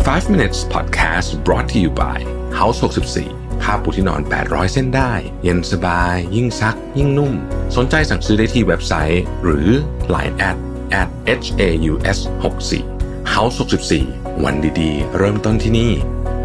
5 minutes podcast brought to you by House 64ผ้าปูที่นอน800เส้นได้เย็นสบายยิ่งซักยิ่งนุ่มสนใจสั่งซื้อได้ที่เว็บไซต์หรือ LINE @HAUS64 House 64วันดีๆเริ่มต้นที่นี่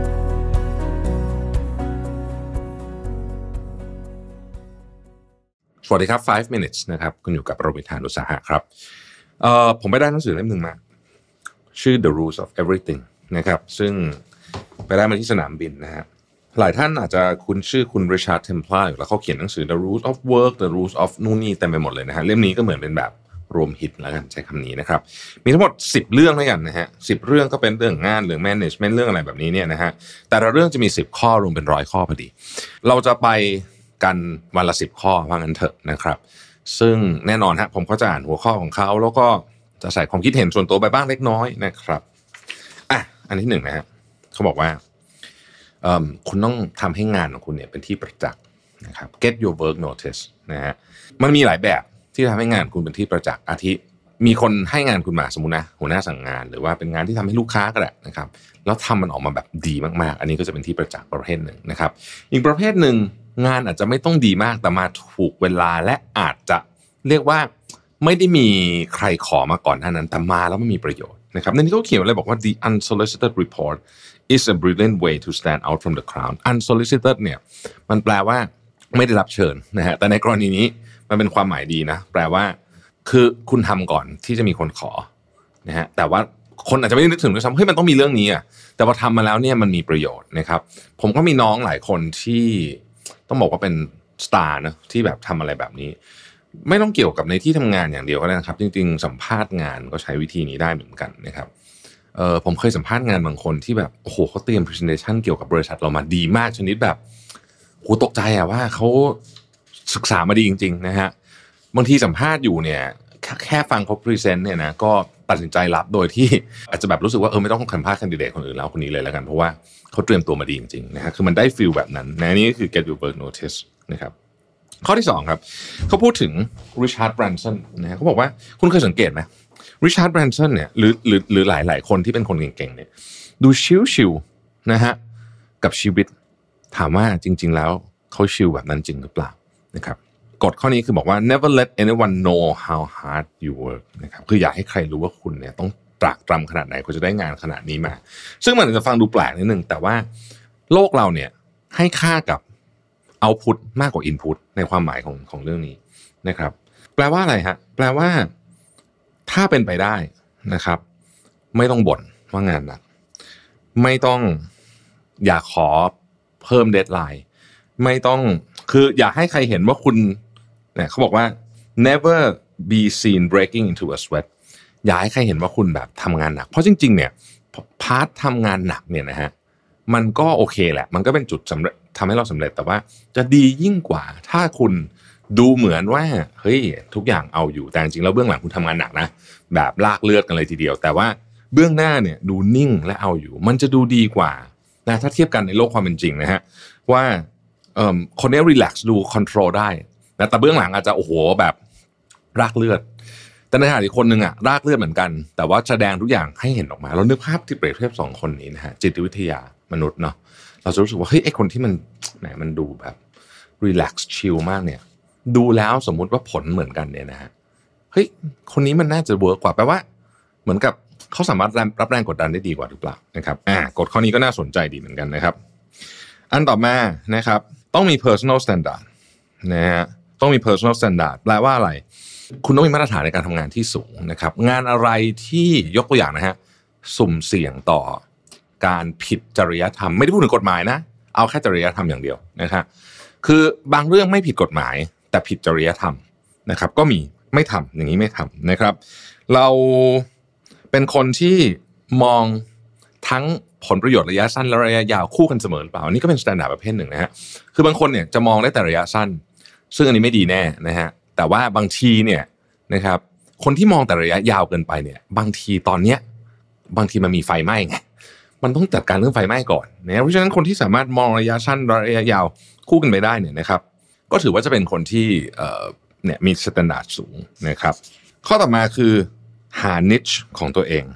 สวัสดีครับ5 minutes นะครับคุณอยู่กับโรบิน หาญอุตสาหะครับผมไปได้หนังสือเล่มหนึ่งมาชื่อ The Rules of Everything นะครับซึ่งไปได้มาที่สนามบินนะฮะหลายท่านอาจจะคุ้นชื่อคุณ Richard Templar อยู่แล้วเขาเขียนหนังสือ The Rules of Work The Rules of นู่นนี่เต็มไปหมดเลยนะฮะเล่มนี้ก็เหมือนเป็นแบบรวมฮิตแล้วกันใช้คำนี้นะครับมีทั้งหมด10เรื่องด้วยกันนะฮะ10เรื่องก็เป็นเรื่องงานเรื่อง management เรื่องอะไรแบบนี้เนี่ยนะฮะแต่ละเรื่องจะมี10ข้อรวมเป็น100ข้อพอดีเราจะไปกันวันละ10ข้อว่างั้นเถอะนะครับซึ่งแน่นอนฮะผมก็จะอ่านหัวข้อของเขาแล้วก็จะใส่ความคิดเห็นส่วนตัวไปบ้างเล็กน้อยนะครับอันที่1นะฮะเขาบอกว่าคุณต้องทำให้งานของคุณเนี่ยเป็นที่ประจักษ์นะครับ get your work notice นะฮะมันมีหลายแบบที่ทำให้งานคุณเป็นที่ประจักษ์อาทิมีคนให้งานคุณมาสมมุตินะหัวหน้าสั่งงานหรือว่าเป็นงานที่ทำให้ลูกค้าก็ได้นะครับแล้วทำมันออกมาแบบดีมากๆอันนี้ก็จะเป็นที่ประจักษ์ประเภทหนึ่งนะครับอีกประเภทหนึ่งงานอาจจะไม่ต้องดีมากแต่มาถูกเวลาและอาจจะเรียกว่าไม่ได้มีใครขอมาก่อนหน้านั้นแต่มาแล้วมันมีประโยชน์นะครับในนี้เขาเขียนอะไรบอกว่า the unsolicited report is a brilliant way to stand out from the crowd unsolicited เนี่ยมันแปลว่าไม่ได้รับเชิญนะฮะแต่ในกรณีนี้มันเป็นความหมายดีนะแปลว่าคือคุณทำก่อนที่จะมีคนขอนะฮะแต่ว่าคนอาจจะไม่ได้นึกถึงด้วยซ้ำเฮ้ยมันต้องมีเรื่องนี้อ่ะแต่พอทำมาแล้วเนี่ยมันมีประโยชน์นะครับผมก็มีน้องหลายคนที่ต้องบอกว่าเป็นสตาร์นะที่แบบทำอะไรแบบนี้ไม่ต้องเกี่ยวกับในที่ทำงานอย่างเดียวก็ได้นะครับจริงๆสัมภาษณ์งานก็ใช้วิธีนี้ได้เหมือนกันนะครับผมเคยสัมภาษณ์งานบางคนที่แบบโอ้โหเขาเตรียม presentation เกี่ยวกับบริษัทเรามาดีมากชนิดแบบโหตกใจอะว่าเขาศึกษามาดีจริงๆนะฮะบางทีสัมภาษณ์อยู่เนี่ยแค่ฟังเขา present เนี่ยนะก็ตัดสินใจรับโดยที่อาจจะแบบรู้สึกว่าไม่ต้องสัมภาษณ์ candidate คนอื่นแล้วคนนี้เลยแล้วกันเพราะว่าเขาเตรียมตัวมาดีจริงๆนะฮะคือมันได้ feel แบบนั้นนะนี่ก็คือ get your work notice นะครับข้อที่2ครับเขาพูดถึง Richard Branson นะฮะเขาบอกว่าคุณเคยสังเกตไหม Richard Branson เนี่ยหรือหลายๆคนที่เป็นคนเก่งๆเนี่ยดูชิลๆนะฮะกับชีวิตถามว่าจริงๆแล้วเขาชิลแบบนั้นจริงหรือเปล่านะครับกฎข้อนี้คือบอกว่า never let anyone know how hard you work นะครับคืออย่าให้ใครรู้ว่าคุณเนี่ยต้องตรากตรำขนาดไหนคุณจะได้งานขนาดนี้มาซึ่งมันจะฟังดูแปลกนิดนึงแต่ว่าโลกเราเนี่ยให้ค่ากับoutput มากกว่า input ในความหมายของเรื่องนี้นะครับแปลว่าอะไรฮะแปลว่าถ้าเป็นไปได้นะครับไม่ต้องบ่นว่างานหนักไม่ต้องอยากขอเพิ่มเดดไลน์ไม่ต้องคืออย่าให้ใครเห็นว่าคุณเนี่ยเขาบอกว่า never be seen breaking into a sweat อย่าให้ใครเห็นว่าคุณแบบทำงานหนักเพราะจริงๆเนี่ยพาร์ททำงานหนักเนี่ยนะฮะมันก็โอเคแหละมันก็เป็นจุดสำเร็จทำให้เราสำเร็จแต่ว่าจะดียิ่งกว่าถ้าคุณดูเหมือนว่าเฮ้ยทุกอย่างเอาอยู่แต่จริงๆแล้วเบื้องหลังคุณทำงานหนักนะแบบลากเลือดกันเลยทีเดียวแต่ว่าเบื้องหน้าเนี่ยดูนิ่งและเอาอยู่มันจะดูดีกว่านะถ้าเทียบกันในโลกความเป็นจริงนะฮะว่าคนนี้รีแลกซ์ดูคอนโทรลได้นะแต่เบื้องหลังอาจจะโอ้โหแบบลากเลือดแต่ในขณะที่คนนึงอ่ะลากเลือดเหมือนกันแต่ว่าแสดงทุกอย่างให้เห็นออกมาเรานึกภาพที่เปรียบเทียบ2คนนี้นะฮะจิตวิทยามนุษย์เนาะเราจะรู้สึกว่าเฮ้ยไอคนที่มันแหมมันดูแบบรีแลกซ์ชิลมากเนี่ยดูแล้วสมมุติว่าผลเหมือนกันเนี่ยนะฮะเฮ้ยคนนี้มันน่าจะเวิร์กกว่าแปลว่าเหมือนกับเขาสามารถรับแรงกดดันได้ดีกว่าหรือเปล่านะครับกฎข้อนี้ก็น่าสนใจดีเหมือนกันนะครับอันต่อมานะครับต้องมี personal standard นะฮะต้องมี personal standard แปลว่าอะไรคุณต้องมีมาตรฐานในการทำงานที่สูงนะครับงานอะไรที่ยกตัวอย่างนะฮะสุ่มเสี่ยงต่อการผิดจริยธรรมไม่ได้พูดถึงกฎหมายนะเอาแค่จริยธรรมอย่างเดียวนะครับคือบางเรื่องไม่ผิดกฎหมายแต่ผิดจริยธรรมนะครับก็มีไม่ทำอย่างนี้ไม่ทำนะครับเราเป็นคนที่มองทั้งผลประโยชน์ระยะสั้นและระยะยาวคู่กันเสมอหรือเปล่าอันนี้ก็เป็นสแตนดาร์ดประเภทหนึ่งนะฮะคือบางคนเนี่ยจะมองได้แต่ระยะสั้นซึ่งอันนี้ไม่ดีแน่นะฮะแต่ว่าบางทีเนี่ยนะครับคนที่มองแต่ระยะยาวเกินไปเนี่ยบางทีตอนเนี้ยบางทีมันมีไฟไหม้ไงมันต้องจัดการเรื่องไฟไหม้ก่อนนะเพราะฉะนั้นคนที่สามารถมองระยะสั้นระยะยาวคู่กันไปได้เนี่ยนะครับก็ถือว่าจะเป็นคนที่เนี่ยมีสแตนดาร์ดสูงนะครับข้อต่อมาคือหา niche ของตัวเอง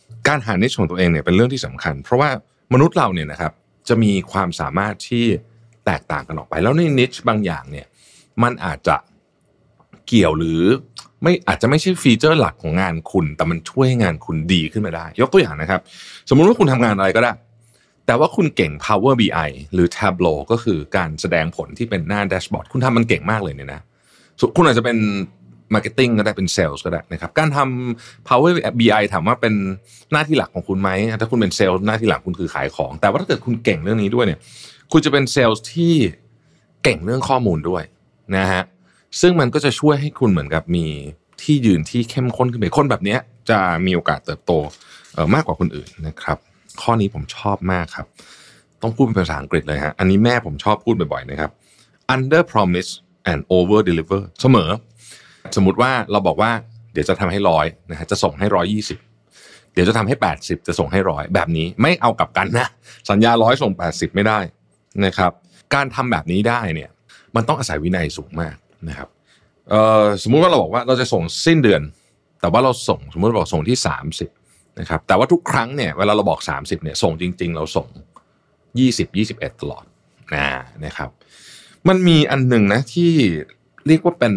การหา niche ของตัวเองเนี่ยเป็นเรื่องที่สำคัญเพราะว่ามนุษย์เราเนี่ยนะครับจะมีความสามารถที่แตกต่างกันออกไปแล้วใน niche บางอย่างเนี่ยมันอาจจะเกี่ยวหรือไม่อาจจะไม่ใช่ฟีเจอร์หลักของงานคุณแต่มันช่วยให้งานคุณดีขึ้นมาได้ยกตัวอย่างนะครับสมมุติว่าคุณทำงานอะไรก็ได้แต่ว่าคุณเก่ง Power BI หรือ Tableau ก็คือการแสดงผลที่เป็นหน้าแดชบอร์ดคุณทำมันเก่งมากเลยเนี่ยนะคุณอาจจะเป็น Marketing ก็ได้เป็น Sales ก็ได้นะครับการทำ Power BI ถามว่าเป็นหน้าที่หลักของคุณไหมถ้าคุณเป็น Sales หน้าที่หลักคุณคือขายของแต่ว่าถ้าเกิดคุณเก่งเรื่องนี้ด้วยเนี่ยคุณจะเป็น Sales ที่เก่งเรื่องข้อมูลด้วยนะฮะซึ่งมันก็จะช่วยให้คุณเหมือนกับมีที่ยืนที่เข้มข้นขึ้นไปคนแบบนี้จะมีโอกาสเติบโตมากกว่าคนอื่นนะครับข้อนี้ผมชอบมากครับต้องพูดเป็นภาษาอังกฤษเลยฮะอันนี้แม่ผมชอบพูดบ่อยๆนะครับ under promise and over deliver เสมอสมมุติว่าเราบอกว่าเดี๋ยวจะทำให้100นะฮะจะส่งให้120เดี๋ยวจะทำให้80จะส่งให้100แบบนี้ไม่เอากลับกันนะสัญญา100ส่ง80ไม่ได้นะครับการทำแบบนี้ได้เนี่ยมันต้องอาศัยวินัยสูงมากนะครับสมมุติว่าเราบอกว่าเราจะส่งสิ้นเดือนแต่ว่าเราส่งสมมุติเราบอกส่งที่30นะครับแต่ว่าทุกครั้งเนี่ยเวลาเราบอก30เนี่ยส่งจริงๆเราส่ง20 21ตลอดนะครับมันมีอันหนึ่งนะที่เรียกว่าเป็น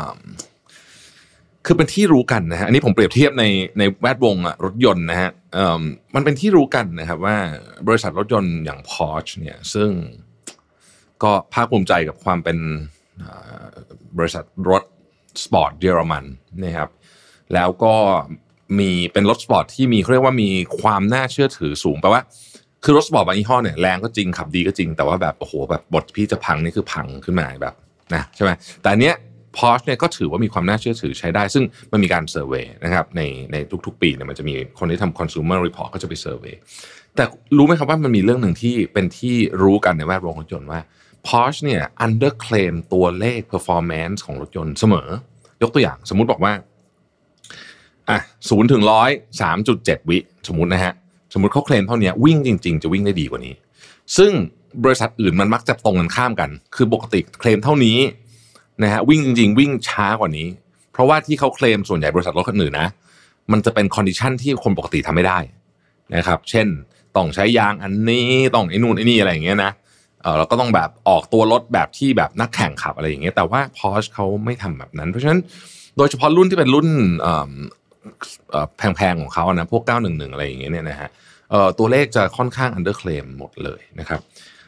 คือเป็นที่รู้กันนะฮะอันนี้ผมเปรียบเทียบในแวดวงรถยนต์นะฮะมันเป็นที่รู้กันนะครับว่าบริษัทรถยนต์อย่าง Porsche เนี่ยซึ่งก็ภาคภูมิใจกับความเป็นบริษัทรถสปอร์ตเยอรมันนะครับแล้วก็มีเป็นรถสปอร์ตที่มีเขาเรียกว่ามีความน่าเชื่อถือสูงแปลว่าคือรถสปอร์ตบางยี่ห้อเนี่ยแรงก็จริงขับดีก็จริงแต่ว่าแบบโอ้โหแบบบทพี่จะพังนี่คือพังขึ้นมาแบบนะใช่ไหมแต่อันเนี้ย Porsche เนี่ยก็ถือว่ามีความน่าเชื่อถือใช้ได้ซึ่งมันมีการเซอร์เวย์นะครับในทุกๆปีเนี่ยมันจะมีคนที่ทำ consumer report ก็จะไปเซอร์เวย์แต่รู้ไหมครับว่ามันมีเรื่องหนึ่งที่เป็นที่รู้กันในแวดวงรถยนต์ว่า Porsche เนี่ย underclaim ตัวเลข performance ของรถยนต์เสมอยกตัวอย่างสมมุติบอกว่า0 ถึง 100 3.7 วิสมมุตินะฮะสมมุติเขาเคลมเท่านี้วิ่งจริงๆจะวิ่งได้ดีกว่านี้ซึ่งบริษัทอื่นมันมักจะตรงกันข้ามกันคือปกติเคลมเท่านี้นะฮะวิ่งจริงๆวิ่งช้ากว่านี้เพราะว่าที่เขาเคลมส่วนใหญ่บริษัทรถคันอื่นนะมันจะเป็นคอนดิชันที่คนปกติทำไม่ได้นะครับเช่นต้องใช้ยางอันนี้ต้องไอ้นู่นไอ้นี่อะไรอย่างเงี้ยนะเราก็ต้องแบบออกตัวรถแบบที่แบบนักแข่งขับอะไรอย่างเงี้ยแต่ว่า Porsche เขาไม่ทำแบบนั้นเพราะฉะนั้นโดยเฉพาะรุ่นที่เป็นรุ่นแพงๆของเขานะพวก911อะไรอย่างเงี้ยเนี่ยนะฮะตัวเลขจะค่อนข้าง underclaim หมดเลยนะครับ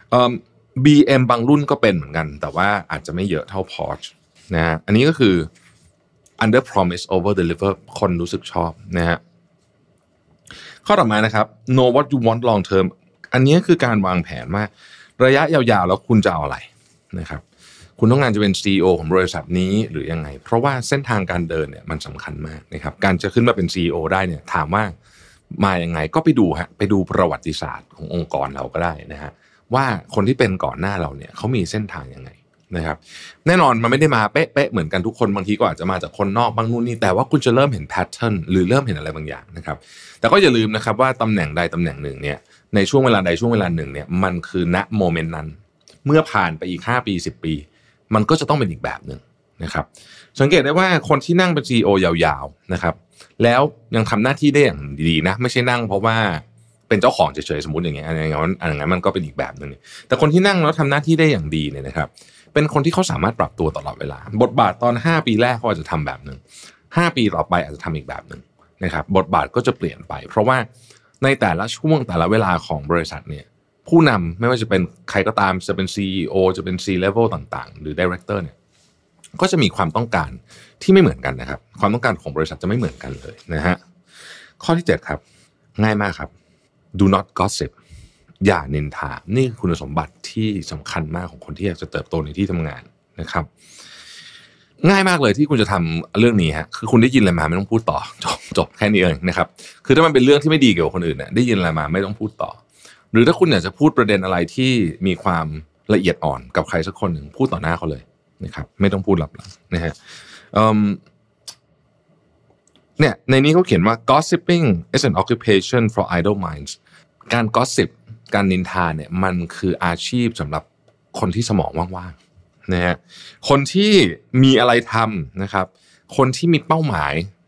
BM บางรุ่นก็เป็นเหมือนกันแต่ว่าอาจจะไม่เยอะเท่า Porsche นะฮะอันนี้ก็คือ under promise over deliver คนรู้สึกชอบนะฮะข้อต่อมานะครับ know what you want long term อันนี้คือการวางแผนว่าระยะยาวๆแล้วคุณจะเอาอะไรนะครับคุณต้องการจะเป็น CEO ของบริษัทนี้หรือยังไงเพราะว่าเส้นทางการเดินเนี่ยมันสำคัญมากนะครับการจะขึ้นมาเป็น CEO ได้เนี่ยถามว่ามายังไงก็ไปดูไปดูประวัติศาสตร์ขององค์กรเราก็ได้นะฮะว่าคนที่เป็นก่อนหน้าเราเนี่ยเขามีเส้นทางยังไงนะครับแน่นอนมันไม่ได้มาเป๊ะๆเหมือนกันทุกคนบางทีก็อาจจะมาจากคนนอกบางนู่นนี่แต่ว่าคุณจะเริ่มเห็นแพทเทิร์นหรือเริ่มเห็นอะไรบางอย่างนะครับแต่ก็อย่าลืมนะครับว่าตำแหน่งใดตำแหน่งหนึ่งเนี่ยในช่วงเวลาใดช่วงเวลาหนึ่งเนี่ยมันคือณโมเมนต์นั้นเมื่อผ่านไปอีก5 ปี 10 ปีมันก็จะต้องเป็นอีกแบบหนึ่งนะครับสังเกตได้ว่าคนที่นั่งเป็น CEO ยาวๆนะครับแล้วยังทำหน้าที่ได้อย่างดีๆนะไม่ใช่นั่งเพราะว่าเป็นเจ้าของเฉยๆสมมุติอย่างเงี้ยอันนั้นมันก็เป็นอีกแบบนึงแต่คนที่นั่งแล้วทำหน้าที่ได้อย่างดีเนี่ยนะครับเป็นคนที่เขาสามารถปรับตัวตลอดเวลาบทบาทตอน5 ปีแรกเขาอาจจะทำแบบนึง5 ปีต่อไปอาจจะทำอีกแบบนึงนะครับบทบาทก็จะเปลี่ยนไปเพราะว่าในแต่ละช่วงแต่ละเวลาของบริษัทเนี่ยผู้นำไม่ว่าจะเป็นใครก็ตามจะเป็น CEO จะเป็น C-level ต่างๆหรือ Director เนี่ยก็จะมีความต้องการที่ไม่เหมือนกันนะครับความต้องการของบริษัทจะไม่เหมือนกันเลยนะฮะข้อที่7ครับง่ายมากครับ do not gossip อย่านินทานี่คือคุณสมบัติที่สำคัญมากของคนที่อยากจะเติบโตในที่ทำงานนะครับง่ายมากเลยที่คุณจะทำเรื่องนี้ฮะคือคุณได้ยินอะไรมาไม่ต้องพูดต่อจบแค่นี้เองนะครับคือถ้ามันเป็นเรื่องที่ไม่ดีเกี่ยวกับคนอื่นเนี่ยได้ยินอะไรมาไม่ต้องพูดต่อหรือถ้าคุณอยากจะพูดประเด็นอะไรที่มีความละเอียดอ่อนกับใครสักคนหนึ่งพูดต่อหน้าเขาเลยนะครับไม่ต้องพูดลับหลังนะฮะเนี่ยในนี้เขาเขียนว่า gossiping is an occupation for idle minds การ gossip การนินทาเนี่ยมันคืออาชีพสำหรับคนที่สมองว่างๆนะฮะคนที่มีอะไรทำนะครับคนที่มีเป้าหมาย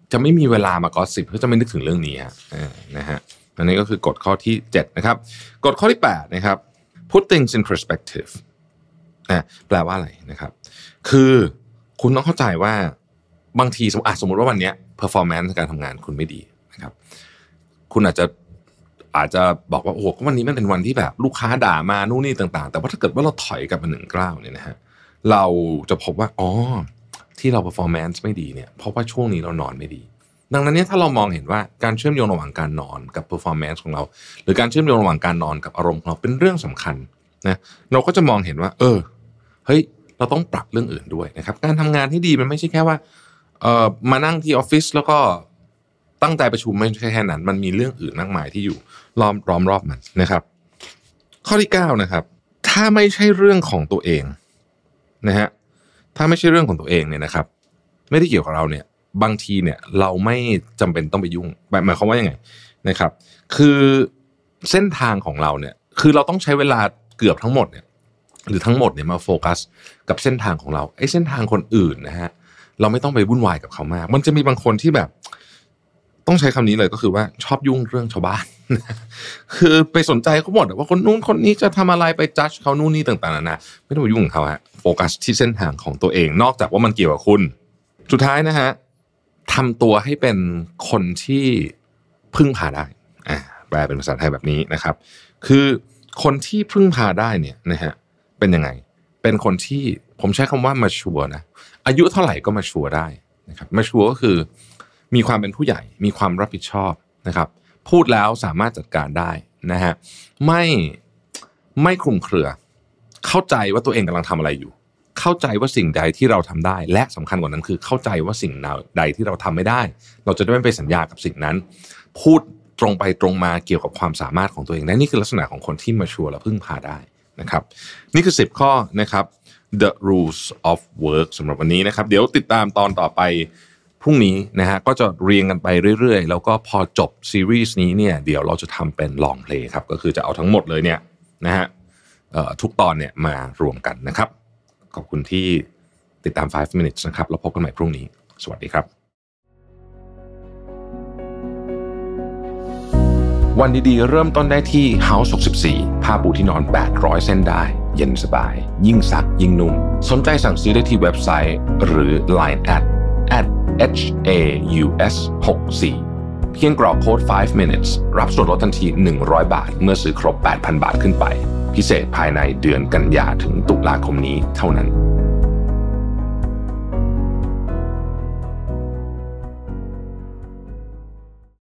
จะไม่มีเวลามากอสซิปเพื่อจะไม่นึกถึงเรื่องนี้นะฮะอันนี้ก็คือกฎข้อที่7นะครับกฎข้อที่8นะครับ put things in perspective แปลว่าอะไรนะครับคือคุณต้องเข้าใจว่าบางทีสมมติว่าวันนี้ performance การทำงานคุณไม่ดีนะครับคุณอาจจะบอกว่าโอ้โหวันนี้มันเป็นวันที่แบบลูกค้าด่ามานู่นนี่ต่างๆแต่ว่าถ้าเกิดว่าเราถอยกลับมา1 ก้าวเนี่ยนะฮะเราจะพบว่าที่เรา performance ไม่ดีเนี่ยเพราะว่าช่วงนี้เรานอนไม่ดีดังนั้นเนี่ยถ้าเรามองเห็นว่าการเชื่อมโยงระหว่างการนอนกับ performance ของเราหรือการเชื่อมโยงระหว่างการนอนกับอารมณ์ของเราเป็นเรื่องสำคัญนะเราก็จะมองเห็นว่าเฮ้ยเราต้องปรับเรื่องอื่นด้วยนะครับการทำงานที่ดีมันไม่ใช่แค่ว่ามานั่งที่ออฟฟิศแล้วก็ตั้งใจประชุมไม่ใช่แค่นั้นมันมีเรื่องอื่นมากมายที่อยู่ล้อมรอบมันนะครับข้อที่9นะครับถ้าไม่ใช่เรื่องของตัวเองนะฮะถ้าไม่ใช่เรื่องของตัวเองเนี่ยนะครับไม่ได้เกี่ยวกับเราเนี่ยบางทีเนี่ยเราไม่จำเป็นต้องไปยุ่งหมายความว่ายังไงนะครับคือเส้นทางของเราเนี่ยคือเราต้องใช้เวลาเกือบทั้งหมดเนี่ยหรือทั้งหมดเนี่ยมาโฟกัสกับเส้นทางของเราไอ้เส้นทางคนอื่นนะฮะเราไม่ต้องไปวุ่นวายกับเขามากมันจะมีบางคนที่แบบต้องใช้คำนี้เลยก็คือว่าชอบยุ่งเรื่องชาวบ้านคือไปสนใจเขาหมดว่าคนนู้นคนนี้จะทำอะไรไปจัดเขานู่นนี่ต่างๆนานาไม่ต้องไปยุ่งกับเขาฮะโฟกัสที่เส้นทางของตัวเองนอกจากว่ามันเกี่ยวกับคุณสุดท้ายนะฮะทำตัวให้เป็นคนที่พึ่งพาได้แปลเป็นภาษาไทยแบบนี้นะครับคือคนที่พึ่งพาได้เนี่ยนะฮะเป็นยังไงเป็นคนที่ผมใช้คำว่ามาชัวร์นะอายุเท่าไหร่ก็มาชัวร์ได้นะครับมาชัวร์ก็คือมีความเป็นผู้ใหญ่มีความรับผิดชอบนะครับพูดแล้วสามารถจัดการได้นะฮะไม่คลุมเครือเข้าใจว่าตัวเองกำลังทำอะไรอยู่เข้าใจว่าสิ่งใดที่เราทำได้และสำคัญกว่านั้นคือเข้าใจว่าสิ่งใดที่เราทำไม่ได้เราจะไม่ไปสัญญากับสิ่งนั้นพูดตรงไปตรงมาเกี่ยวกับความสามารถของตัวเองและนี่คือลักษณะของคนที่มาชัวร์และพึ่งพาได้นะครับนี่คือ10ข้อนะครับ The Rules of Work สำหรับวันนี้นะครับเดี๋ยวติดตามตอนต่อไปพรุ่งนี้นะฮะก็จะเรียงกันไปเรื่อยๆแล้วก็พอจบซีรีส์นี้เนี่ยเดี๋ยวเราจะทำเป็นลองเพลย์ครับก็คือจะเอาทั้งหมดเลยเนี่ยนะฮะทุกตอนเนี่ยมารวมกันนะครับขอบคุณที่ติดตาม5 minutes นะครับแล้วพบกันใหม่พรุ่งนี้สวัสดีครับวันดีๆเริ่มต้นได้ที่ House 64ผ้าปูที่นอน800เส้นได้เย็นสบายยิ่งซักยิ่งนุ่มสนใจสั่งซื้อได้ที่เว็บไซต์หรือ Line @HAUS64 เพียงกรอกโค้ด5 minutes รับส่วนลดทันที100 บาทเมื่อซื้อครบ 8,000 บาทขึ้นไปพิเศษภายในเดือนกันยาถึงตุลาคมนี้เท่านั้น